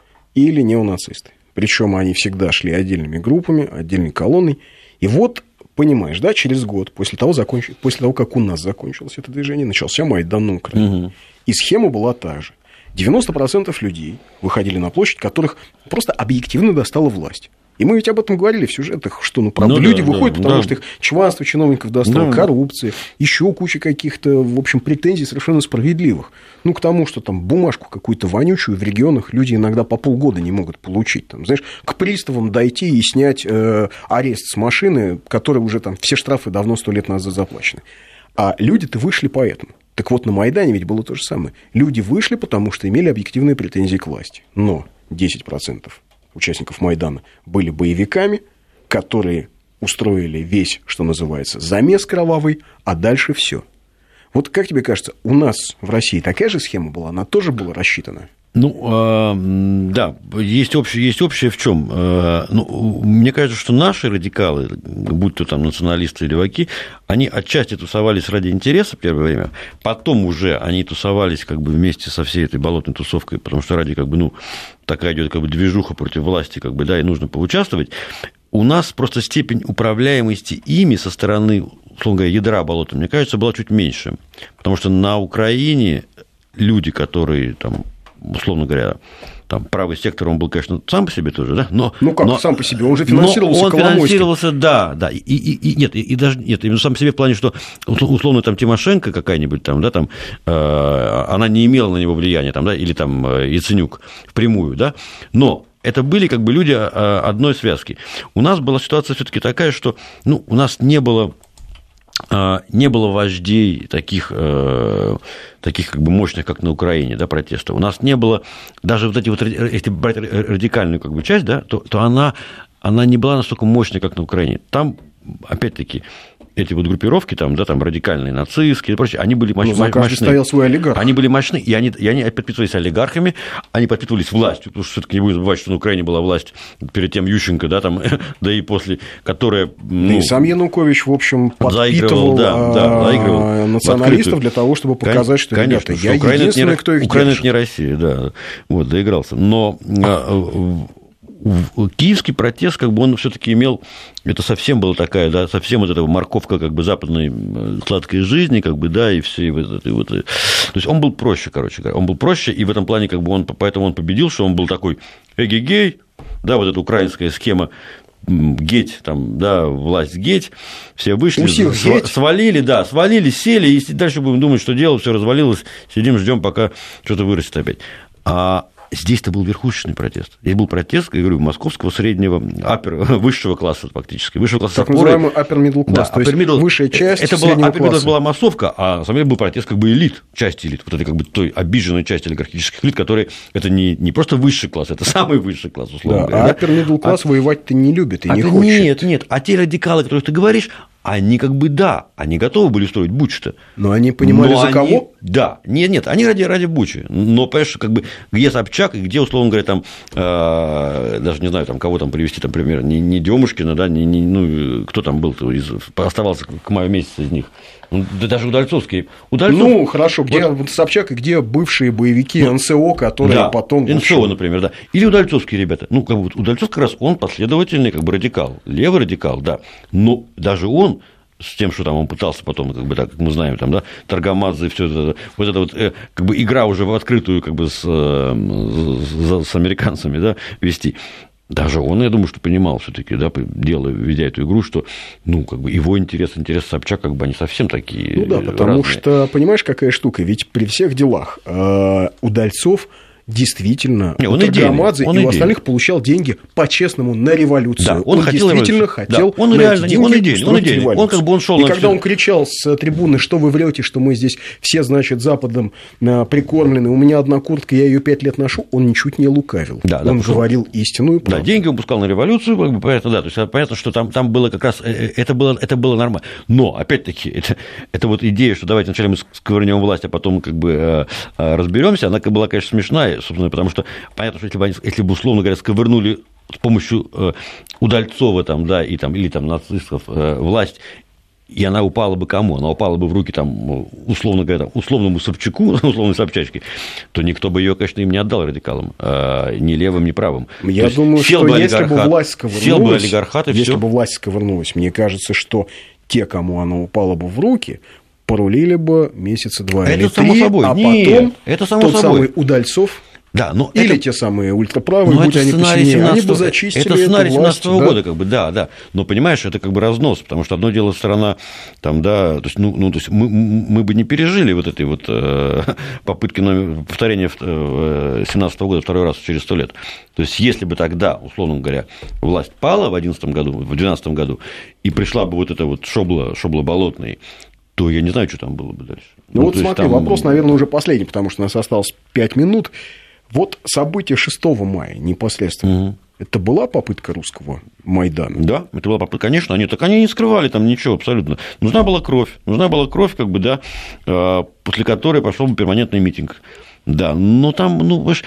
или неонацисты. Причем они всегда шли отдельными группами, отдельной колонной. И вот, понимаешь, да, через год, после того, законч... после того как у нас закончилось это движение, начался Майдан на Украине. Угу. И схема была та же. девяносто процентов людей выходили на площадь, которых просто объективно достала власть. И мы ведь об этом говорили в сюжетах, что, ну, правда, ну, люди да, выходят, да, потому да. что их чванство чиновников достало, да. коррупция, еще куча каких-то, в общем, претензий совершенно справедливых. Ну, к тому, что там бумажку какую-то вонючую в регионах люди иногда по полгода не могут получить. Там, знаешь, к приставам дойти и снять э, арест с машины, которой уже там все штрафы давно сто лет назад заплачены. А люди-то вышли поэтому. Так вот, на Майдане ведь было то же самое. Люди вышли, потому что имели объективные претензии к власти. Но десять процентов участников Майдана были боевиками, которые устроили весь, что называется, замес кровавый, а дальше все. Вот как тебе кажется, у нас в России такая же схема была? Она тоже была рассчитана? Ну, э, да, есть общее, есть общее в чем? Э, ну, мне кажется, что наши радикалы, будь то там националисты или леваки, они отчасти тусовались ради интереса в первое время, потом уже они тусовались как бы вместе со всей этой болотной тусовкой, потому что ради как бы, ну, такая идет как бы движуха против власти, как бы, да, и нужно поучаствовать. У нас просто степень управляемости ими со стороны, условно говоря, ядра болота, мне кажется, была чуть меньше, потому что на Украине люди, которые там, условно говоря, там правый сектор, он был, конечно, сам по себе тоже, да, но... Ну, как но, сам по себе? Он же финансировался он Коломойским. финансировался, да, да, и, и, и нет, и, и даже, нет, именно сам по себе в плане, что, условно, там, Тимошенко какая-нибудь там, да, там, э, она не имела на него влияния, там, да, или там Яценюк впрямую, да, но это были как бы люди одной связки. У нас была ситуация все-таки такая, что, ну, у нас не было... не было вождей таких, таких как бы мощных, как на Украине, да, протеста. У нас не было, даже вот эти вот, если брать радикальную как бы часть, да, то, то она, она не была настолько мощной, как на Украине. Там, опять-таки, эти вот группировки, там, да, там, радикальные, нацистские и прочее, они были мощные. Ну, за каждый стоял свой олигарх. Они были мощны, и они, и они подпитывались олигархами, они подпитывались властью, потому что все-таки не будем забывать, что на Украине была власть перед тем Ющенко, да, там, да и после, которая... Ну, да и сам Янукович, в общем, подпитывал да, да, заигрывал националистов для того, чтобы показать, что, конечно, ребята, что я Украина единственный, не, кто их Украина держит. это не Россия, да, вот, доигрался. Но киевский протест, как бы он все-таки имел, это совсем была такая, да, совсем вот эта морковка как бы западной сладкой жизни, как бы, да, и все, и вот это, и вот. То есть он был проще, короче говоря, он был проще, и в этом плане как бы он, поэтому он победил, что он был такой эгегей, да, вот эта украинская схема, геть, там, да, власть геть, все вышли, св- свалили, да, свалили, сели, и дальше будем думать, что делать, все развалилось, сидим, ждем, пока что-то вырастет опять. А здесь-то был верхушечный протест. Здесь был протест, я говорю, московского среднего, апер, высшего класса фактически. Высшего класса так называемый upper middle class, да, то есть middle, высшая часть это среднего была, класса. Это была массовка, а на самом деле был протест как бы элит, части элит, вот этой как бы той обиженной части олигархических элит, которые, это не, не просто высший класс, это самый высший класс, условно да, говоря. А upper middle class а, воевать-то не любит и а не ты, хочет. Нет, нет, а те радикалы, о которых ты говоришь, они как бы, да, они готовы были строить Бучу-то. Но они понимали, но за они, кого? Да, нет, нет, они ради, ради Бучи. Но, понимаешь, как бы, где Собчак, и где, условно говоря, там, э, даже не знаю, там, кого там привести, там, например, не, не Демушкина, да, не, не, ну, кто там был, из, оставался к маю месяца из них. Ну, да даже Удальцовский. Удальцов... Ну, хорошо, где вот... Собчак и где бывшие боевики ну, эн эс о, которые да, потом... эн эс о, например, да. Или Удальцовские ребята. Ну, как бы, Удальцов как раз он последовательный, как бы, радикал. Левый радикал, да. Но даже он с тем, что там он пытался потом, как бы, так, как мы знаем, там, да, Таргамадзе и все это, вот эта вот, э, как бы, игра уже в открытую, как бы, с, с, с американцами, да, вести. Даже он, я думаю, что понимал все-таки, да, делая, ведя эту игру, что, ну, как бы, его интерес, интерес Собчак, как бы, они совсем такие. Ну да, потому разные. Что, понимаешь, какая штука, ведь при всех делах э, Удальцов действительно, не, он у Таргамадзе он и у остальных получал деньги по-честному на революцию. Да, он, он хотел действительно революцию. хотел да, он на реально, эти деньги он идейный, он идейный. Он как бы он шел и на когда все... он кричал с трибуны, что вы врете, что мы здесь все, значит, Западом прикормлены, у меня одна куртка, я ее пять лет ношу, он ничуть не лукавил. Да, он да, говорил истинную правду. Да, деньги он пускал на революцию, как бы, понятно, да, то есть понятно, что там, там было как раз, это было, это было нормально. Но, опять-таки, это, это вот идея, что давайте вначале мы сковырнем власть, а потом как бы разберемся, она была, конечно, смешная, собственно, потому что понятно, что если бы, они, если бы, условно говоря, сковырнули с помощью э, Удальцова там, да, и, там, или там, нацистов э, власть, и она упала бы кому? Она упала бы в руки, там, условно говоря, там, условному Собчаку, условной Собчачке, то никто бы ее, конечно, им не отдал радикалам, э, ни левым, ни правым. Я думаю, что бы если бы власть сковырнулась, сел бы олигархат, и если всё. бы власть сковырнулась, мне кажется, что те, кому она упала бы в руки, порулили бы месяца два это или само три, собой. а Нет, потом это само тот собой. самый Удальцов. Да, но или это... те самые ультраправые, но будь они посильнее, они бы зачистили это сценарий семнадцатого да? года, как бы, да, да. Но понимаешь, это как бы разнос, потому что одно дело страна, там, да, то есть, ну, ну, то есть мы, мы бы не пережили вот этой вот э, попытки номер, повторения семнадцатого года второй раз через сто лет. То есть, если бы тогда, условно говоря, власть пала в одиннадцатом году, в двенадцатом году, и пришла бы вот эта вот шобла, шобла болотный, то я не знаю, что там было бы дальше. Ну, ну вот смотри, там... вопрос, наверное, уже последний, потому что у нас осталось пять минут. Вот событие шестого мая непосредственно, угу. это была попытка русского Майдана? Да, это была попытка, конечно, они так они не скрывали там ничего абсолютно. Нужна была кровь, нужна была кровь, как бы, да, после которой пошел бы перманентный митинг. Да, но там, ну, знаешь,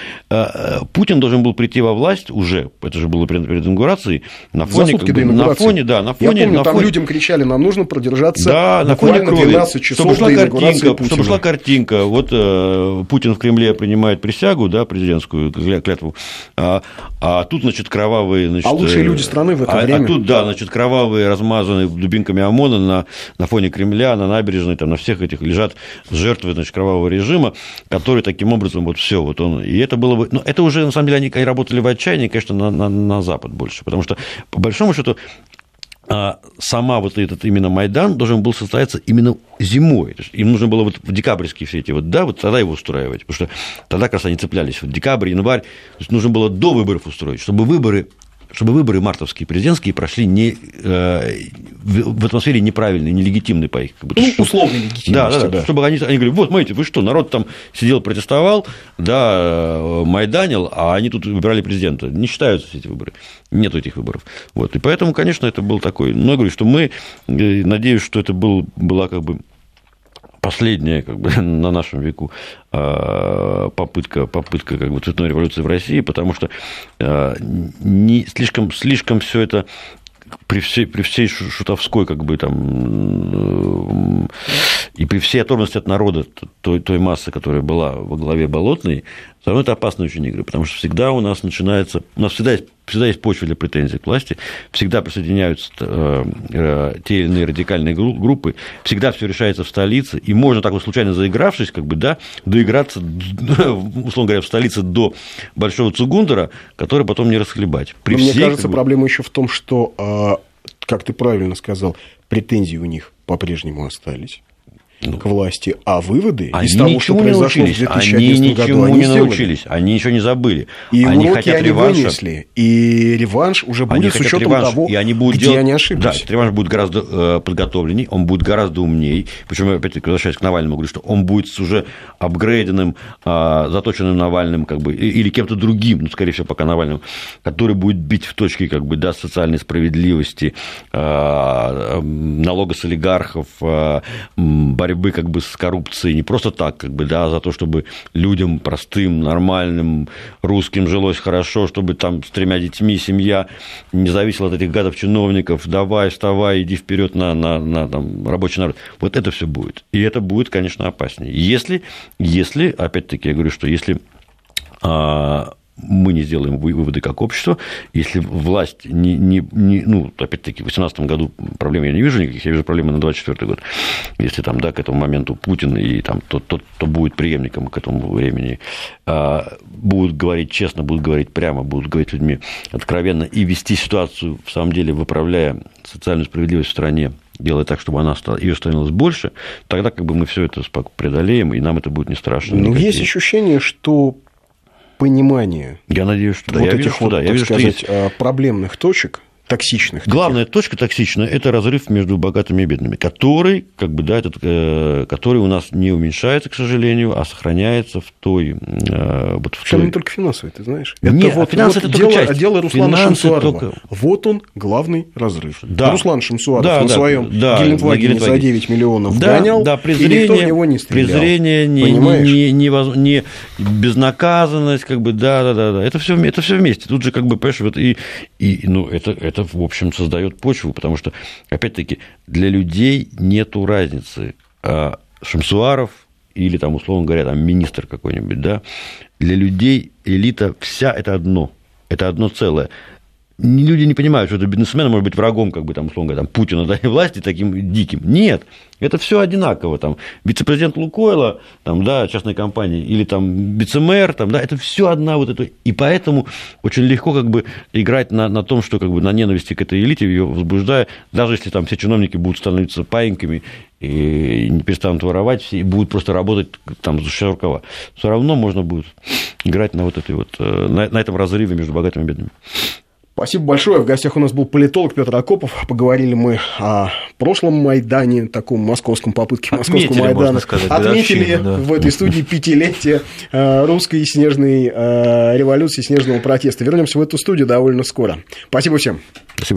Путин должен был прийти во власть уже, это же было перед инаугурацией, на фоне, как бы, на фоне, да, на фоне. Я помню, на там фоне... людям кричали, нам нужно продержаться да, на фоне крови, двенадцать часов чтобы до инаугурации Путина. Чтобы шла картинка, вот э, Путин в Кремле принимает присягу, да, президентскую клятву, а, а тут, значит, кровавые... Значит, а лучшие люди страны в это а, время... А тут, да, значит, кровавые, размазанные дубинками ОМОНа на, на фоне Кремля, на набережной, там, на всех этих лежат жертвы, значит, кровавого режима, который таким образом, вот все, вот он, и это было бы, ну, это уже, на самом деле, они, они работали в отчаянии, конечно, на, на, на Запад больше, потому что, по большому счету, сама вот этот именно Майдан должен был состояться именно зимой. То есть им нужно было вот в декабрьские все эти вот, да, вот тогда его устраивать, потому что тогда как раз они цеплялись, вот декабрь, январь, то есть нужно было до выборов устроить, чтобы выборы чтобы выборы мартовские президентские прошли не, э, в атмосфере неправильной, нелегитимной по их... Как бы, ну, чтобы, условной легитимности. Да, да, да, да. Чтобы они, они говорили, вот, смотрите, вы что, народ там сидел, протестовал, да, майданил, а они тут выбирали президента. Не считаются все эти выборы. Нет этих выборов. Вот. И поэтому, конечно, это был такой... Ну, я говорю, что мы, надеюсь, что это был, была как бы последняя как бы, на нашем веку попытка, попытка как бы, цветной революции в России, потому что не, слишком, слишком все это при всей, при всей шутовской как бы, там, и при всей оторванности от народа той, той массы, которая была во главе Болотной, все равно это опасные очень игры, потому что всегда у нас начинается, у нас всегда есть, всегда есть почва для претензий к власти, всегда присоединяются э, э, те или иные радикальные группы, всегда все решается в столице, и можно так вот случайно заигравшись, как бы, да, доиграться, условно говоря, в столице до Большого Цугундера, который потом не расхлебать. При Но всей, мне кажется, как бы... проблема еще в том, что, как ты правильно сказал, претензии у них по-прежнему остались. Ну, к власти, а выводы они из того, что произошло в две тысячи одиннадцатом году, они они не сделали. научились, они ничего не забыли. И они уроки хотят они реванша. вынесли, и реванш уже будет они с учетом реванш, того, и они будут где делать... они ошиблись. Да, этот реванш будет гораздо э, подготовленней, он будет гораздо умнее. Причем, опять-таки, возвращаясь к Навальному, говорю, что он будет с уже апгрейденным, э, заточенным Навальным, как бы, или кем-то другим, ну, скорее всего, пока Навальным, который будет бить в точке, как бы, да, социальной справедливости, э, налога с олигархов, э, борьбы, как бы, с коррупцией, не просто так, как бы, да, за то, чтобы людям простым, нормальным, русским жилось хорошо, чтобы там с тремя детьми семья не зависела от этих гадов-чиновников, давай, вставай, иди вперед на, на, на там, рабочий народ. Вот это все будет. И это будет, конечно, опаснее. Если, если опять-таки, я говорю, что если... А, мы не сделаем выводы как общество, если власть не, не, не ну, опять-таки, в две тысячи восемнадцатом году проблем я не вижу никаких, я вижу проблемы на двадцать четвёртый год. Если там, да, к этому моменту Путин и там тот, тот, кто будет преемником к этому времени, будут говорить честно, будут говорить прямо, будут говорить с людьми откровенно и вести ситуацию, в самом деле, выправляя социальную справедливость в стране, делая так, чтобы она стала, ее становилось больше, тогда как бы мы все это преодолеем, и нам это будет не страшно. Но есть ощущение, что понимание я надеюсь, что, вот да. я этих вижу, вот, что, да. я так вижу, сказать, что есть... проблемных точек, токсичных. Главная таких. точка токсичная – это разрыв между богатыми и бедными, который, как бы, да, этот, э, который у нас не уменьшается, к сожалению, а сохраняется в той… Э, вот в Причем той... не только финансовый, ты знаешь. Не, это вот, финансы вот это дело, только часть. дело Руслана Финансы Шамсуарова. только... Вот он, главный разрыв. Да. Руслан Шамсуаров да, на да, своем да, Гелендвагене за девять миллионов да, гонял, да, презрение, и никто в него не стрелял. Презрение, не, не, не, не, не безнаказанность, как бы, да, да, да, да. Это все, это все вместе. Тут же, как бы, понимаешь, вот и, и ну, это, это, в общем, создает почву, потому что, опять-таки, для людей нету разницы. Шамсуаров или, там, условно говоря, там, министр какой-нибудь, да, для людей элита вся это одно, это одно целое. Люди не понимают, что это бизнесмен может быть врагом, как бы, там, условно говоря, там, Путина, да, и власти таким диким. Нет, это все одинаково. Там, вице-президент Лукойла, там, да, частной компании, или там вице-мэр, там, да, это все одна вот эта. И поэтому очень легко, как бы, играть на, на том, что, как бы, на ненависти к этой элите, ее возбуждая, даже если там все чиновники будут становиться паиньками и не перестанут воровать, все, и будут просто работать там за рукава. Все равно можно будет играть на вот этой вот, на, на этом разрыве между богатыми и бедными. Спасибо большое. В гостях у нас был политолог Петр Акопов. Поговорили мы о прошлом Майдане, таком московском попытке московского Отметили, Майдана. можно сказать, Отметили годовщину, да. в этой студии пятилетие русской снежной революции, снежного протеста. Вернемся в эту студию довольно скоро. Спасибо всем. Спасибо.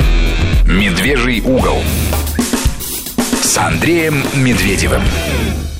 «Медвежий угол» с Андреем Медведевым.